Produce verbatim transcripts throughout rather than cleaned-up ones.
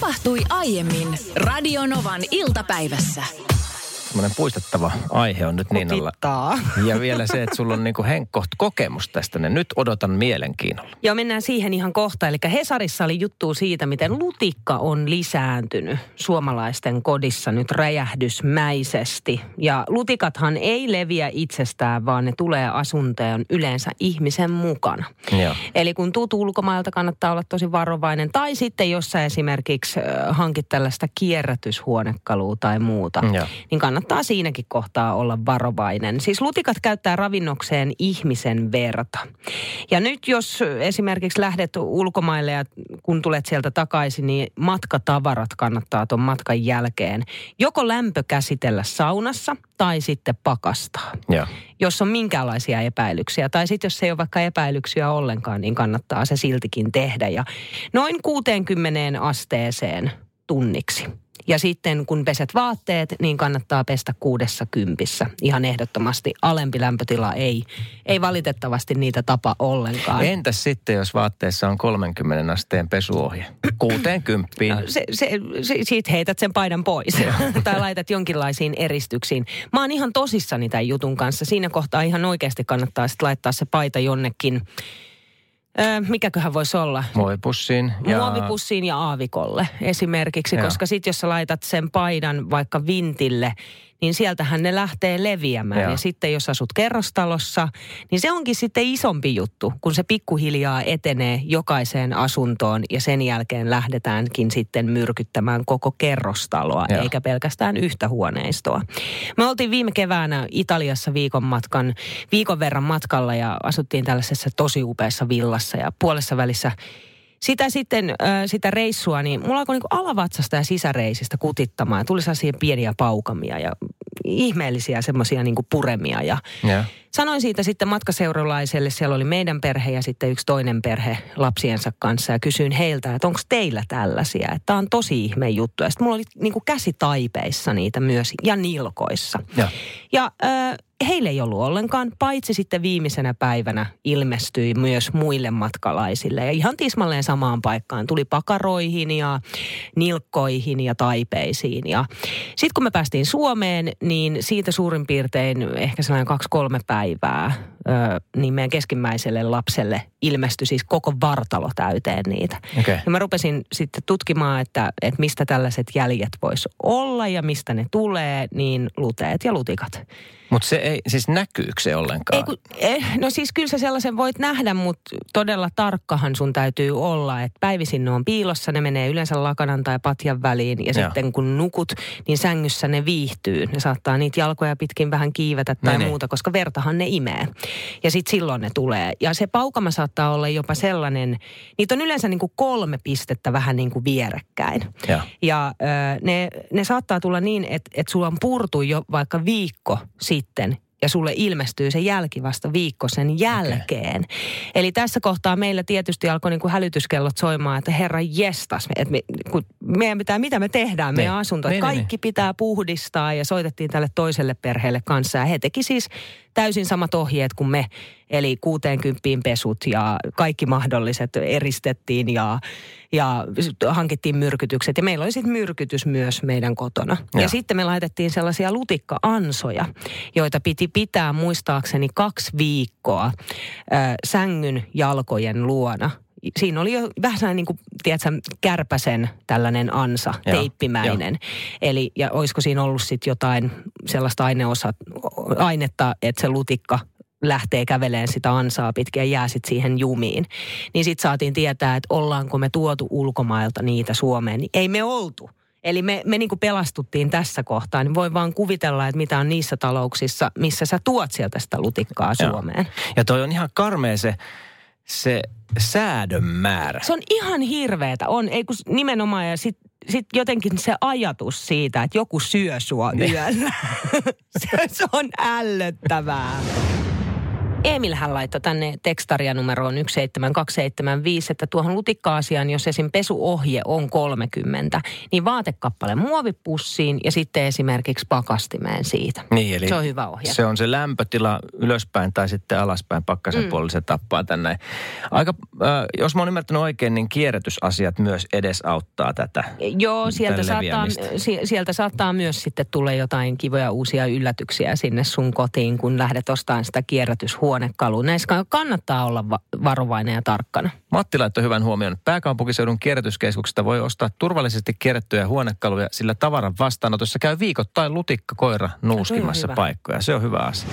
Tapahtui aiemmin Radionovan iltapäivässä. Semmoinen puistettava aihe on nyt Niinalla. Ja vielä se, että sulla on niinku henkkoht kokemus tästä. Ne nyt odotan mielenkiinnolla. Joo, mennään siihen ihan kohta. Eli Hesarissa oli juttu siitä, miten lutikka on lisääntynyt suomalaisten kodissa nyt räjähdysmäisesti. Ja lutikathan ei leviä itsestään, vaan ne tulee asuntoon yleensä ihmisen mukana. Joo. Eli kun tuut ulkomailta, kannattaa olla tosi varovainen. Tai sitten jos sä esimerkiksi hankit tällaista kierrätyshuonekalua tai muuta, Joo. niin kannattaa Kannattaa siinäkin kohtaa olla varovainen. Siis lutikat käyttää ravinnokseen ihmisen verta. Ja nyt jos esimerkiksi lähdet ulkomaille ja kun tulet sieltä takaisin, niin matkatavarat kannattaa tuon matkan jälkeen joko lämpökäsitellä saunassa tai sitten pakastaa. Joo. Jos on minkäänlaisia epäilyksiä. Tai sitten jos ei ole vaikka epäilyksiä ollenkaan, niin kannattaa se siltikin tehdä. Ja noin kuuteenkymmeneen asteeseen tunniksi. Ja sitten kun peset vaatteet, niin kannattaa pestä kuudessa kympissä. Ihan ehdottomasti alempi lämpötila ei, ei valitettavasti niitä tapa ollenkaan. Entäs sitten, jos vaatteessa on kolmenkymmenen asteen pesuohje? Kuuteen kymppiin. No, se, se, se, siitä heität sen paidan pois. Tai laitat jonkinlaisiin eristyksiin. Mä oon ihan tosissani tämän jutun kanssa. Siinä kohtaa ihan oikeasti kannattaa sitten laittaa se paita jonnekin. Öö, mikäköhän voisi olla? Muovipussiin. Ja... Muovipussiin ja aavikolle esimerkiksi, Joo. koska sitten jos sä laitat sen paidan vaikka vintille, niin sieltähän ne lähtee leviämään. Joo. Ja sitten jos asut kerrostalossa, niin se onkin sitten isompi juttu, kun se pikkuhiljaa etenee jokaiseen asuntoon ja sen jälkeen lähdetäänkin sitten myrkyttämään koko kerrostaloa, Joo. eikä pelkästään yhtä huoneistoa. Me oltiin viime keväänä Italiassa viikon matkan, viikon verran matkalla ja asuttiin tällaisessa tosi upeassa villassa ja puolessa välissä Sitä sitten, sitä reissua, niin mulla alkoi niinku alavatsasta ja sisäreisistä kutittamaan. Ja tuli sellaisia pieniä paukamia ja ihmeellisiä semmoisia niinku puremia. Ja ja. Sanoin siitä sitten matkaseuralaiselle, siellä oli meidän perhe ja sitten yksi toinen perhe lapsiensa kanssa. Ja kysyin heiltä, että onko teillä tällaisia, että tämä on tosi ihme juttu. Ja sitten mulla oli niinku käsi taipeissa niitä myös ja nilkoissa. Ja, ja äh, heille ei ollut ollenkaan, paitsi sitten viimeisenä päivänä ilmestyi myös muille matkalaisille. Ja ihan tismalleen samaan paikkaan. Tuli pakaroihin ja nilkkoihin ja taipeisiin. Ja sitten kun me päästiin Suomeen, niin siitä suurin piirtein ehkä sellainen kaksi kolme päivää, ö, niin meidän keskimmäiselle lapselle ilmestyi siis koko vartalo täyteen niitä. Okay. Ja mä rupesin sitten tutkimaan, että, että mistä tällaiset jäljet vois olla ja mistä ne tulee, niin luteet ja lutikat. Mutta se ei, siis näkyykö se ollenkaan? Ei, kun, eh, no siis kyllä sä sellaisen voit nähdä, mutta todella tarkkahan sun täytyy olla, että päivisin ne on piilossa, ne menee yleensä lakanan tai patjan väliin ja Joo. sitten kun nukut, niin sängyssä ne viihtyy. Ne saattaa niitä jalkoja pitkin vähän kiivetä tai ne, muuta, koska vertahan ne imee. Ja sitten silloin ne tulee. Ja se paukama saattaa olla jopa sellainen, niitä on yleensä niin kuin kolme pistettä vähän niin kuin vierekkäin. Ja, ja ö, ne, ne saattaa tulla niin, että, että sulla on purtu jo vaikka viikko sitten ja sulle ilmestyy se jälki vasta viikko sen jälkeen. Okay. Eli tässä kohtaa meillä tietysti alkoi niin kuin hälytyskellot soimaan, että herra jestas, että me, kun meidän pitää, mitä me tehdään, meidän asunto, että kaikki pitää puhdistaa ja soitettiin tälle toiselle perheelle kanssa. Ja he teki siis täysin samat ohjeet kuin me, eli kuuteenkymppiin pesut ja kaikki mahdolliset eristettiin ja, ja hankittiin myrkytykset. Ja meillä oli sitten myrkytys myös meidän kotona. Ja, ja sitten me laitettiin sellaisia lutikka-ansoja, joita piti pitää muistaakseni kaksi viikkoa äh, sängyn jalkojen luona. Siinä oli jo vähän sellainen niin kuin, tiedätkö, kärpäsen tällainen ansa, ja, teippimäinen. Ja. Eli, ja olisiko siinä ollut sitten jotain sellaista aineosa, ainetta, että se lutikka lähtee käveleen sitä ansaa pitkin ja jää sitten siihen jumiin. Niin sitten saatiin tietää, että ollaanko me tuotu ulkomailta niitä Suomeen. Niin ei me oltu. Eli me, me niin kuin pelastuttiin tässä kohtaa, niin voi vaan kuvitella, että mitä on niissä talouksissa, missä sä tuot sieltä sitä lutikkaa Suomeen. Ja, ja toi on ihan karmea se, se säädön määrä. Se on ihan hirveetä. On, ei kun nimenomaan ja sitten sit jotenkin se ajatus siitä, että joku syö sua yöllä. se, se on ällöttävää. Emilhän laittoi tänne tekstaria numeroon yksi seitsemän kaksi seitsemän viisi, että tuohon lutikka-asiaan, jos esim. Pesuohje on kolmekymmentä, niin vaatekappale muovipussiin ja sitten esimerkiksi pakastimeen siitä. Niin, eli se on hyvä ohje. Se on se lämpötila ylöspäin tai sitten alaspäin pakkasen mm. puolelle, se tappaa tänne. Aika, äh, jos mä oon ymmärtänyt oikein, niin kierrätysasiat myös edesauttaa tätä. Joo, sieltä saattaa, sieltä saattaa myös sitten tulla jotain kivoja uusia yllätyksiä sinne sun kotiin, kun lähdet ostamaan sitä kierrätyshuonekalua. Näissä kannattaa olla va- varovainen ja tarkkana. Matti laittoi hyvän huomion. Pääkaupunkiseudun kierrätyskeskuksesta voi ostaa turvallisesti kierrättyjä huonekaluja, sillä tavaran vastaanotossa käy viikoittain lutikka koira nuuskimassa paikkoja. Se on hyvä asia.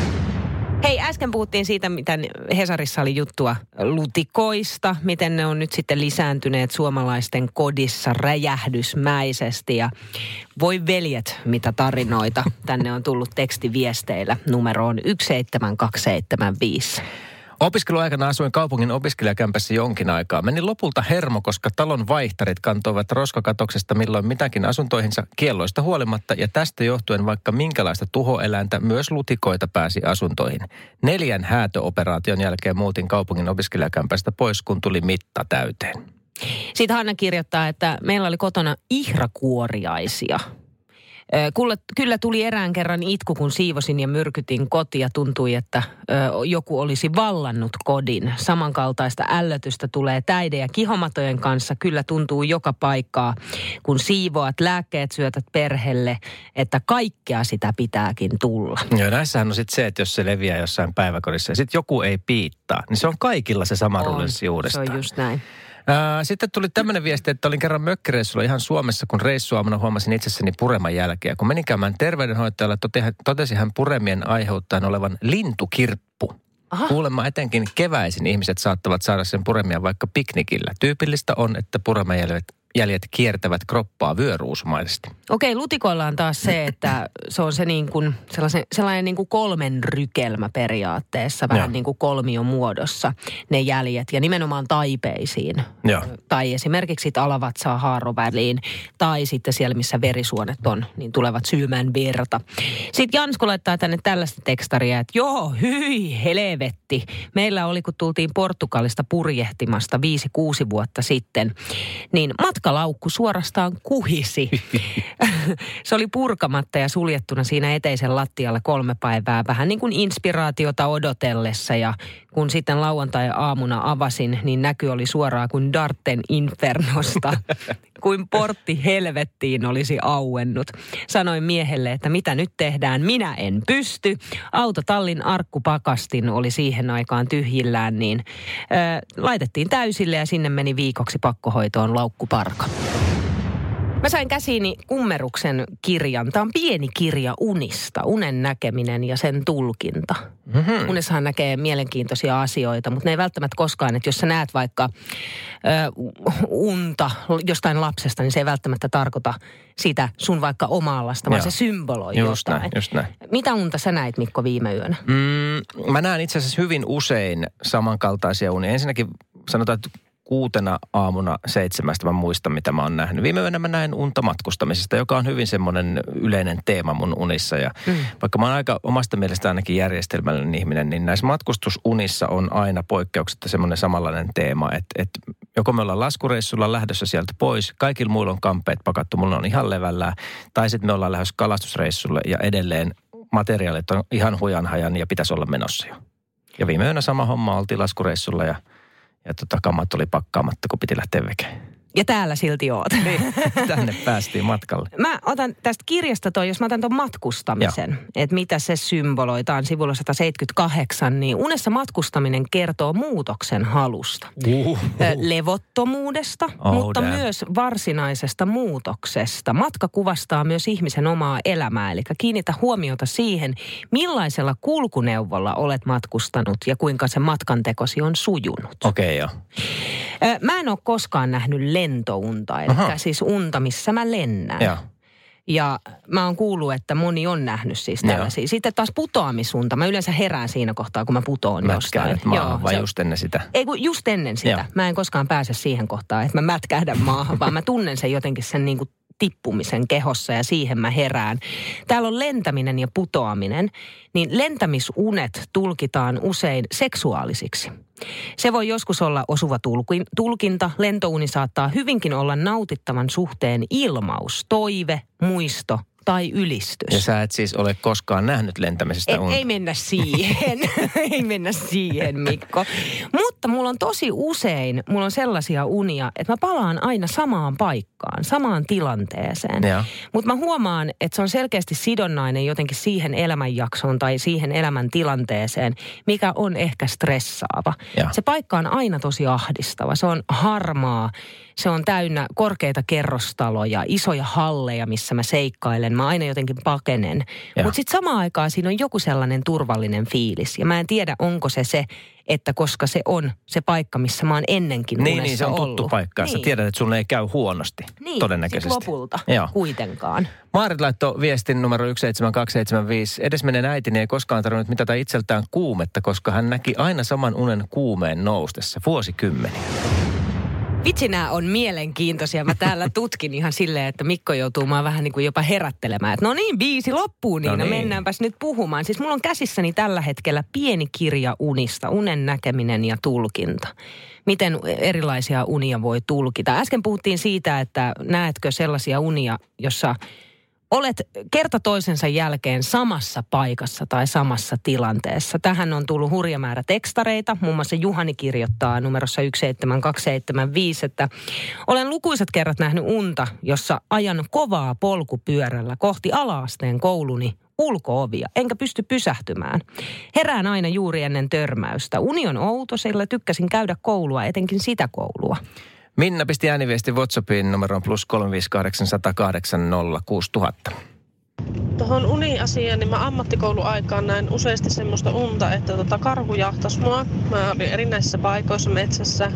Hei, äsken puhuttiin siitä, mitä Hesarissa oli juttua lutikoista, miten ne on nyt sitten lisääntyneet suomalaisten kodissa räjähdysmäisesti. Ja voi veljet, mitä tarinoita tänne on tullut tekstiviesteillä numeroon yksi seitsemän kaksi seitsemän viisi. Opiskeluaikana asuin kaupungin opiskelijakämpässä jonkin aikaa. Meni lopulta hermo, koska talon vaihtarit kantoivat roskakatoksesta milloin mitäkin asuntoihinsa kielloista huolimatta. Ja tästä johtuen vaikka minkälaista tuhoeläintä, myös lutikoita pääsi asuntoihin. Neljän häätöoperaation jälkeen muutin kaupungin opiskelijakämpästä pois, kun tuli mitta täyteen. Sitten Hanna kirjoittaa, että meillä oli kotona ihrakuoriaisia. Kyllä, kyllä tuli erään kerran itku, kun siivosin ja myrkytin kotia. Tuntui, että ö, joku olisi vallannut kodin. Samankaltaista ällötystä tulee täiden ja kihomatojen kanssa. Kyllä tuntuu joka paikkaa, kun siivoat, lääkkeet syötät perheelle, että kaikkea sitä pitääkin tulla. Joo, näissähän on sitten se, että jos se leviää jossain päiväkodissa ja sitten joku ei piittaa, niin se on kaikilla se sama rullinssi uudestaan. Se on just näin. Sitten tuli tämmöinen viesti, että olin kerran mökkireissulla ihan Suomessa, kun reissuaamuna huomasin itsessäni pureman jälkeä. Kun menin käymään terveydenhoitajalle, totesi hän puremien aiheuttaen olevan lintukirppu. Aha. Kuulemma etenkin keväisin ihmiset saattavat saada sen puremia vaikka piknikillä. Tyypillistä on, että puremanjäljet jäljet kiertävät kroppaa vyöruusumaisesti. Okei, lutikoilla on taas se, että se on se niin kuin sellainen niin kuin kolmen rykelmä periaatteessa, vähän ja. niin kuin kolmion muodossa ne jäljet ja nimenomaan taipeisiin. Ja. Tai esimerkiksi alavatsaa haaroväliin tai sitten siellä, missä verisuonet on, niin tulevat syymään verta. Sitten Jansku laittaa tänne tällaista tekstaria, että joo, hyi, helvetti. Meillä oli, kun tultiin Portugalista purjehtimasta viisi kuusi vuotta sitten, niin matkalaukku suorastaan kuhisi. Se oli purkamatta ja suljettuna siinä eteisen lattialla kolme päivää. Vähän niin kuin inspiraatiota odotellessa ja kun sitten lauantai-aamuna avasin, niin näky oli suoraan kuin Darten Infernosta. Kuin portti helvettiin olisi auennut. Sanoin miehelle, että mitä nyt tehdään, minä en pysty. Autotallin arkkupakastin oli siihen aikaan tyhjillään, niin ö, laitettiin täysille ja sinne meni viikoksi pakkohoitoon laukkuparka. Mä sain käsiini Kummeruksen kirjan. Tämä on pieni kirja unista, unen näkeminen ja sen tulkinta. Mm-hmm. Unessahan näkee mielenkiintoisia asioita, mutta ne ei välttämättä koskaan, että jos sä näet vaikka ö, unta jostain lapsesta, niin se ei välttämättä tarkoita sitä sun vaikka omaa lasta, vaan Joo. se symboloi just jotain. Näin, just näin. Mitä unta sä näit, Mikko, viime yönä? Mm, mä näen itse asiassa hyvin usein samankaltaisia unia. Ensinnäkin sanotaan, että kuutena aamuna seitsemästä mä muistan, mitä mä oon nähnyt. Viime yönä mä näin unta matkustamisesta, joka on hyvin semmoinen yleinen teema mun unissa. Ja mm. vaikka mä oon aika omasta mielestä ainakin järjestelmällinen ihminen, niin näissä matkustusunissa on aina poikkeuksetta semmoinen samanlainen teema, että, että joko me ollaan laskureissulla lähdössä sieltä pois, kaikilla muilla on kampeet pakattu, mulla on ihan levällään, tai sitten me ollaan lähdössä kalastusreissulle ja edelleen materiaalit on ihan hujanhajan ja pitäisi olla menossa jo. Ja viime yönä sama homma, oltiin laskureissulla ja Ja tota, kamat oli pakkaamatta, kun piti lähteä vekeen. Ja täällä silti oot. Niin, tänne päästiin matkalle. Mä otan tästä kirjasta toi, jos mä otan ton matkustamisen, että mitä se symboloi. Tää on sivulla sata seitsemänkymmentäkahdeksan, niin unessa matkustaminen kertoo muutoksen halusta. Uh-huh. Levottomuudesta, oh, mutta damn. myös varsinaisesta muutoksesta. Matka kuvastaa myös ihmisen omaa elämää, eli kiinnitä huomiota siihen, millaisella kulkuneuvolla olet matkustanut ja kuinka se matkantekosi on sujunut. Okei, okay, joo. Mä en ole koskaan nähnyt lentounta, eli Aha. siis unta, missä mä lennän. Ja. ja mä oon kuullut, että moni on nähnyt siis tällaisia. Ja. Sitten taas putoamisunta. Mä yleensä herään siinä kohtaa, kun mä putoon jostain. Mätkähdät maahan Joo, vai se, just ennen sitä? Ei kun just ennen sitä. Ja. Mä en koskaan pääse siihen kohtaan, että mä mätkähdän maahan, vaan mä tunnen sen jotenkin sen niin kuin tippumisen kehossa ja siihen mä herään. Täällä on lentäminen ja putoaminen, niin lentämisunet tulkitaan usein seksuaalisiksi. Se voi joskus olla osuva tulkinta. Lentouni saattaa hyvinkin olla nautittavan suhteen ilmaus, toive, muisto tai ylistys. Ja sä et siis ole koskaan nähnyt lentämisestä ei, unta. ei mennä siihen. ei mennä siihen, Mikko. Mutta mulla on tosi usein, mulla on sellaisia unia, että mä palaan aina samaan paikkaan, samaan tilanteeseen. Mutta mä huomaan, että se on selkeästi sidonnainen jotenkin siihen elämänjaksoon tai siihen elämäntilanteeseen, mikä on ehkä stressaava. Ja. Se paikka on aina tosi ahdistava. Se on harmaa. Se on täynnä korkeita kerrostaloja, isoja halleja, missä mä seikkailen. Mä aina jotenkin pakenen. Mutta sitten samaan aikaan siinä on joku sellainen turvallinen fiilis. Ja mä en tiedä, onko se se, että koska se on se paikka, missä mä oon ennenkin niin, unessa niin, se on ollut. tuttu paikka. Niin. Sä tiedät, että sulle ei käy huonosti, niin, todennäköisesti. Niin, lopulta Joo. kuitenkaan. Maarit laittoi viestin numero yksi seitsemän kaksi seitsemän viisi. Edesmenen äitini ei koskaan tarvinnut mitata itseltään kuumetta, koska hän näki aina saman unen kuumeen noustessa vuosikymmeniä. Vitsi, nämä on mielenkiintoisia. Mä täällä tutkin ihan silleen, että Mikko joutuu mua vähän niin kuin jopa herättelemään. Että no niin, biisi loppuu, Niina, no niin. Mennäänpäs nyt puhumaan. Siis mulla on käsissäni tällä hetkellä pieni kirja unista, unen näkeminen ja tulkinta. Miten erilaisia unia voi tulkita. Äsken puhuttiin siitä, että näetkö sellaisia unia, jossa olet kerta toisensa jälkeen samassa paikassa tai samassa tilanteessa. Tähän on tullut hurja määrä tekstareita. Muun muassa Juhani kirjoittaa numerossa yksi seitsemän kaksi seitsemän viisi, että olen lukuisat kerrat nähnyt unta, jossa ajan kovaa polkupyörällä kohti ala-asteen kouluni ulko-ovia, enkä pysty pysähtymään. Herään aina juuri ennen törmäystä. Uni on outo, sillä tykkäsin käydä koulua, etenkin sitä koulua. Minna pisti ääniviesti WhatsAppiin numeroon plus kolme viisi kahdeksan nolla nolla kahdeksan nolla kuusi nolla nolla nolla. Tuohon uni-asiaan, niin mä ammattikouluaikaan näin useasti semmoista unta, että tota karhu jahtas mua. Mä olin erinäisissä paikoissa metsässä.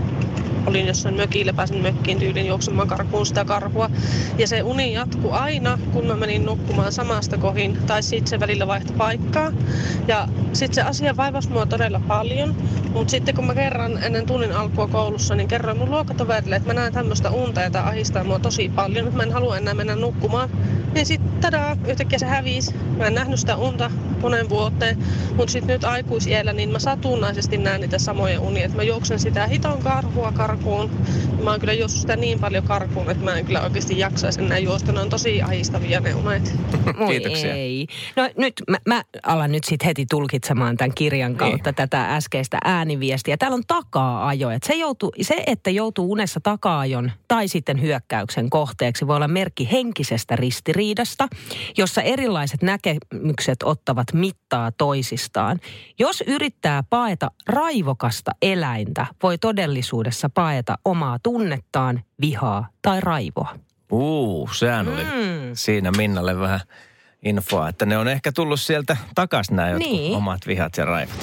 Olin jossain mökillä, pääsin mökkiin tyyliin juoksemaan karkuun sitä karhua. Ja se uni jatkui aina, kun mä menin nukkumaan samasta kohin. Tai sitten se välillä vaihtoi paikkaa. Ja sitten se asia vaivasi mua todella paljon. Mutta sitten kun mä kerran ennen tunnin alkua koulussa, niin kerroin mun luokkatoverille, että mä näen tämmöistä unta ja tää ahdistaa mua tosi paljon. Että mä en halua enää mennä nukkumaan. Ja sitten tadaa, yhtäkkiä se hävisi. Mä en nähnyt sitä unta monen vuoteen. Mutta sitten nyt aikuisiellä, niin mä satunnaisesti näen niitä samoja unia. Että mä juoksen sitä hiton karhua karkuun. Mä oon kyllä juossut sitä niin paljon karkuun, että mä en kyllä oikeasti jaksaisi enää juosta. Ne on tosi ahdistavia ne unet. Kiitoksia. Ei. No nyt mä, mä alan nyt sit heti tulkitsemaan tämän kirjan kautta niin. Tätä äskeistä ääniviestiä. Täällä on taka-ajo. Et se, joutuu, se, että joutuu unessa taka-ajon tai sitten hyökkäyksen kohteeksi, voi olla merkki henkisestä ristiriidasta, jossa erilaiset näkemykset ottavat mittaa toisistaan. Jos yrittää paeta raivokasta eläintä, voi todellisuudessa paeta omaa tunnettaan, vihaa tai raivoa. Uu, sehän oli mm. siinä Minnalle vähän infoa, että ne on ehkä tullut sieltä takas nämä jotkut niin. omat vihat ja raivot.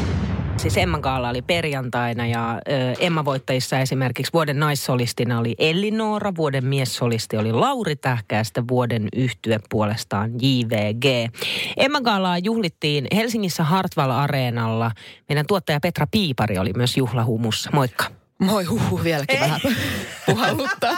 Siis Emman gaala oli perjantaina ja ö, Emma-voittajissa esimerkiksi vuoden naissolistina oli Elli-Noora, vuoden miessolisti oli Lauri Tähkä ja sitten vuoden yhtye puolestaan J V G. Emman gaalaa juhlittiin Helsingissä Hartwall-areenalla. Meidän tuottaja Petra Piipari oli myös juhlahumussa. Moikka. Moi, huhu, vieläkin vähän puhalluttaa.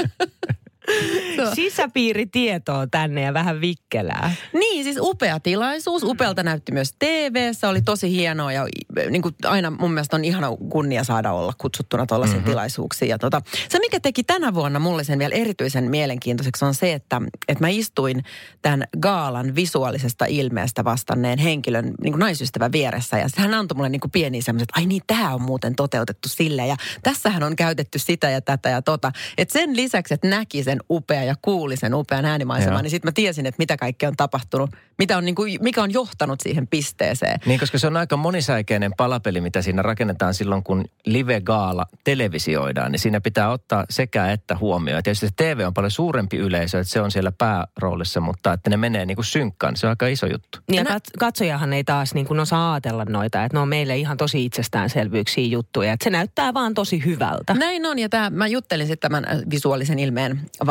Sisäpiiritietoa tänne ja vähän vikkelää. Niin, siis upea tilaisuus. Upealta näytti myös T V:ssä. Oli tosi hienoa ja niin kuin aina mun mielestä on ihana kunnia saada olla kutsuttuna tuollaisiin mm-hmm. tilaisuuksiin. Ja tota, se, mikä teki tänä vuonna mulle sen vielä erityisen mielenkiintoiseksi on se, että, että mä istuin tämän gaalan visuaalisesta ilmeestä vastanneen henkilön niin kuin naisystävän vieressä. Ja hän antoi mulle niin kuin pieniä semmoiset, että ai niin, tämä on muuten toteutettu silleen. Ja tässähän on käytetty sitä ja tätä ja tota. Että sen lisäksi, että näki sen upea ja kuuli sen upean äänimaiseman, Joo. niin sitten mä tiesin, että mitä kaikkea on tapahtunut, mitä on, niin kuin, mikä on johtanut siihen pisteeseen. Niin, koska se on aika monisäikeinen palapeli, mitä siinä rakennetaan silloin, kun live-gaala televisioidaan, niin siinä pitää ottaa sekä että huomioon. Ja tietysti T V on paljon suurempi yleisö, että se on siellä pääroolissa, mutta että ne menee niin kuin synkkään, se on aika iso juttu. Ja kat- katsojahan ei taas niin kuin osaa ajatella noita, että ne on meille ihan tosi itsestäänselvyyksiä juttuja, että se näyttää vaan tosi hyvältä. Näin on, ja tämä, mä juttelin sitten tämän visuaalisen ilmeen va- vast,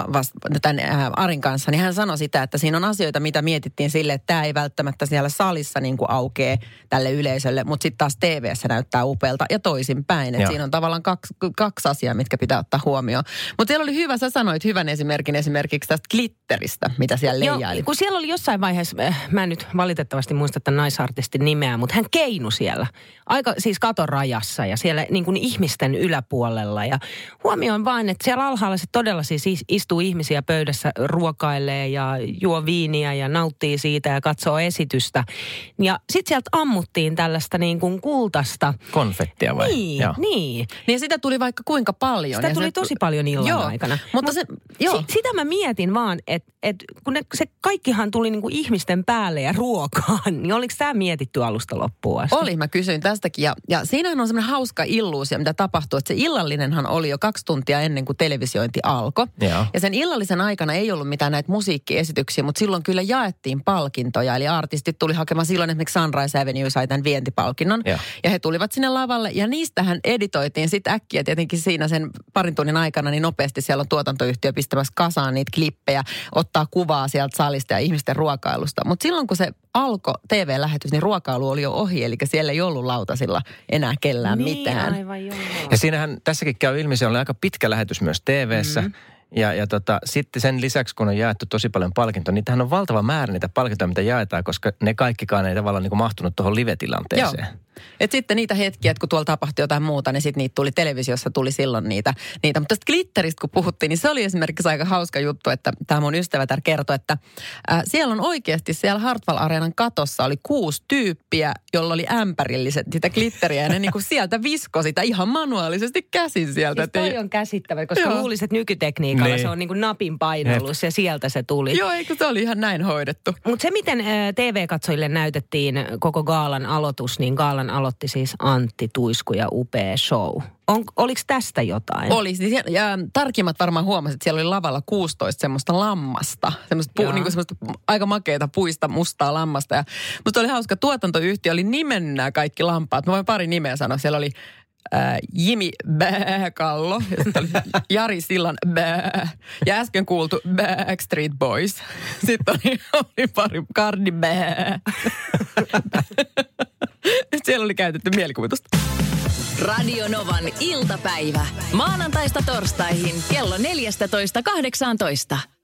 tämän ää, Arin kanssa, niin hän sanoi sitä, että siinä on asioita, mitä mietittiin sille, että tämä ei välttämättä siellä salissa niin kuin aukee tälle yleisölle, mutta sitten taas T V:ssä näyttää upealta ja toisinpäin. Että siinä on tavallaan kaksi, kaksi asiaa, mitkä pitää ottaa huomioon. Mutta siellä oli hyvä, sä sanoit hyvän esimerkin esimerkiksi tästä glitteristä, mitä siellä leijaili. Joo, kun siellä oli jossain vaiheessa, mä en nyt valitettavasti muista tämän naisartistin nimeä, mutta hän keinu siellä. Aika siis katon rajassa ja siellä niin kuin ihmisten yläpuolella. Ja huomioon vain, että siellä alhaalla se todella siis istuu ihmisiä pöydässä, ruokailee ja juo viiniä ja nauttii siitä ja katsoo esitystä. Ja sitten sieltä ammuttiin tällaista niin kuin kultaista. Konfettia vai? Niin, joo. niin. Niin sitä tuli vaikka kuinka paljon. Sitä ja tuli se, tosi paljon illan joo, aikana. Mutta se, joo. Si, sitä mä mietin vaan, että et, kun ne, se kaikkihan tuli niin kuin ihmisten päälle ja ruokaan, niin oliko tämä mietitty alusta loppuun asti? Oli, mä kysyin tästäkin. Ja, ja siinähän on semmoinen hauska illuusio, mitä tapahtuu, että se illallinenhan oli jo kaksi tuntia ennen kuin televisiointi alkoi. Joo. Ja sen illallisen aikana ei ollut mitään näitä musiikkiesityksiä, mutta silloin kyllä jaettiin palkintoja. Eli artistit tuli hakemaan silloin esimerkiksi Sunrise Avenue sai tämän vientipalkinnon. Joo. Ja he tulivat sinne lavalle ja niistähän editoitiin sitten äkkiä tietenkin siinä sen parin tunnin aikana niin nopeasti siellä on tuotantoyhtiö pistämässä kasaan niitä klippejä, ottaa kuvaa sieltä salista ja ihmisten ruokailusta. Mutta silloin kun se alkoi T V-lähetys, niin ruokailu oli jo ohi, eli siellä ei ollut lautasilla enää kellään niin, mitään. Aivan joo. Ja siinähän tässäkin käy ilmi, se oli aika pitkä lähetys myös T V:ssä. Mm-hmm. Ja, ja tota, sitten sen lisäksi, kun on jaettu tosi paljon palkintoja, niin tämähän on valtava määrä niitä palkintoja, mitä jaetaan, koska ne kaikkikaan ei tavallaan niin kuin mahtunut tuohon live-tilanteeseen. Joo. Et sitten niitä hetkiä, että kun tuolla tapahtui jotain muuta, niin sitten niitä tuli televisiossa, tuli silloin niitä. niitä. Mutta tästä glitteristä kun puhuttiin, niin se oli esimerkiksi aika hauska juttu, että tämä mun ystävätär kertoi, että äh, siellä on oikeasti siellä Hartwall-areenan katossa oli kuusi tyyppiä, jolla oli ämpärilliset sitä glitteriä ja ne niinku sieltä viskoi sitä ihan manuaalisesti käsin sieltä. Siis toi on käsittävä, koska luulisin, että nykytekniikalla niin. Se on niinku napin painallus ja sieltä se tuli. Joo, eikö se oli ihan näin hoidettu. Mutta se, miten äh, T V-katsojille näytettiin koko gaalan aloitus, niin gaalan aloitti siis Antti Tuisku ja upea show. On, oliko tästä jotain? Oli. Ja tarkimmat varmaan huomasivat, että siellä oli lavalla kuusitoista semmoista lammasta. Semmoista, pu, niin kuin semmoista aika makeata puista mustaa lammasta. Ja musta oli hauska, tuotantoyhtiö oli nimennyt nämä kaikki lampaat. Mä voin pari nimeä sanoa. Siellä oli äh, Jimi Bää-Kallo. Ja sitten oli Jari Sillan Bää. Ja äsken kuultu Backstreet Boys. Sitten oli, oli pari Cardi Bää. Siellä oli käytetty mielikuvitusta. Radio Novan iltapäivä. Maanantaista torstaihin kello neljätoista kahdeksantoista.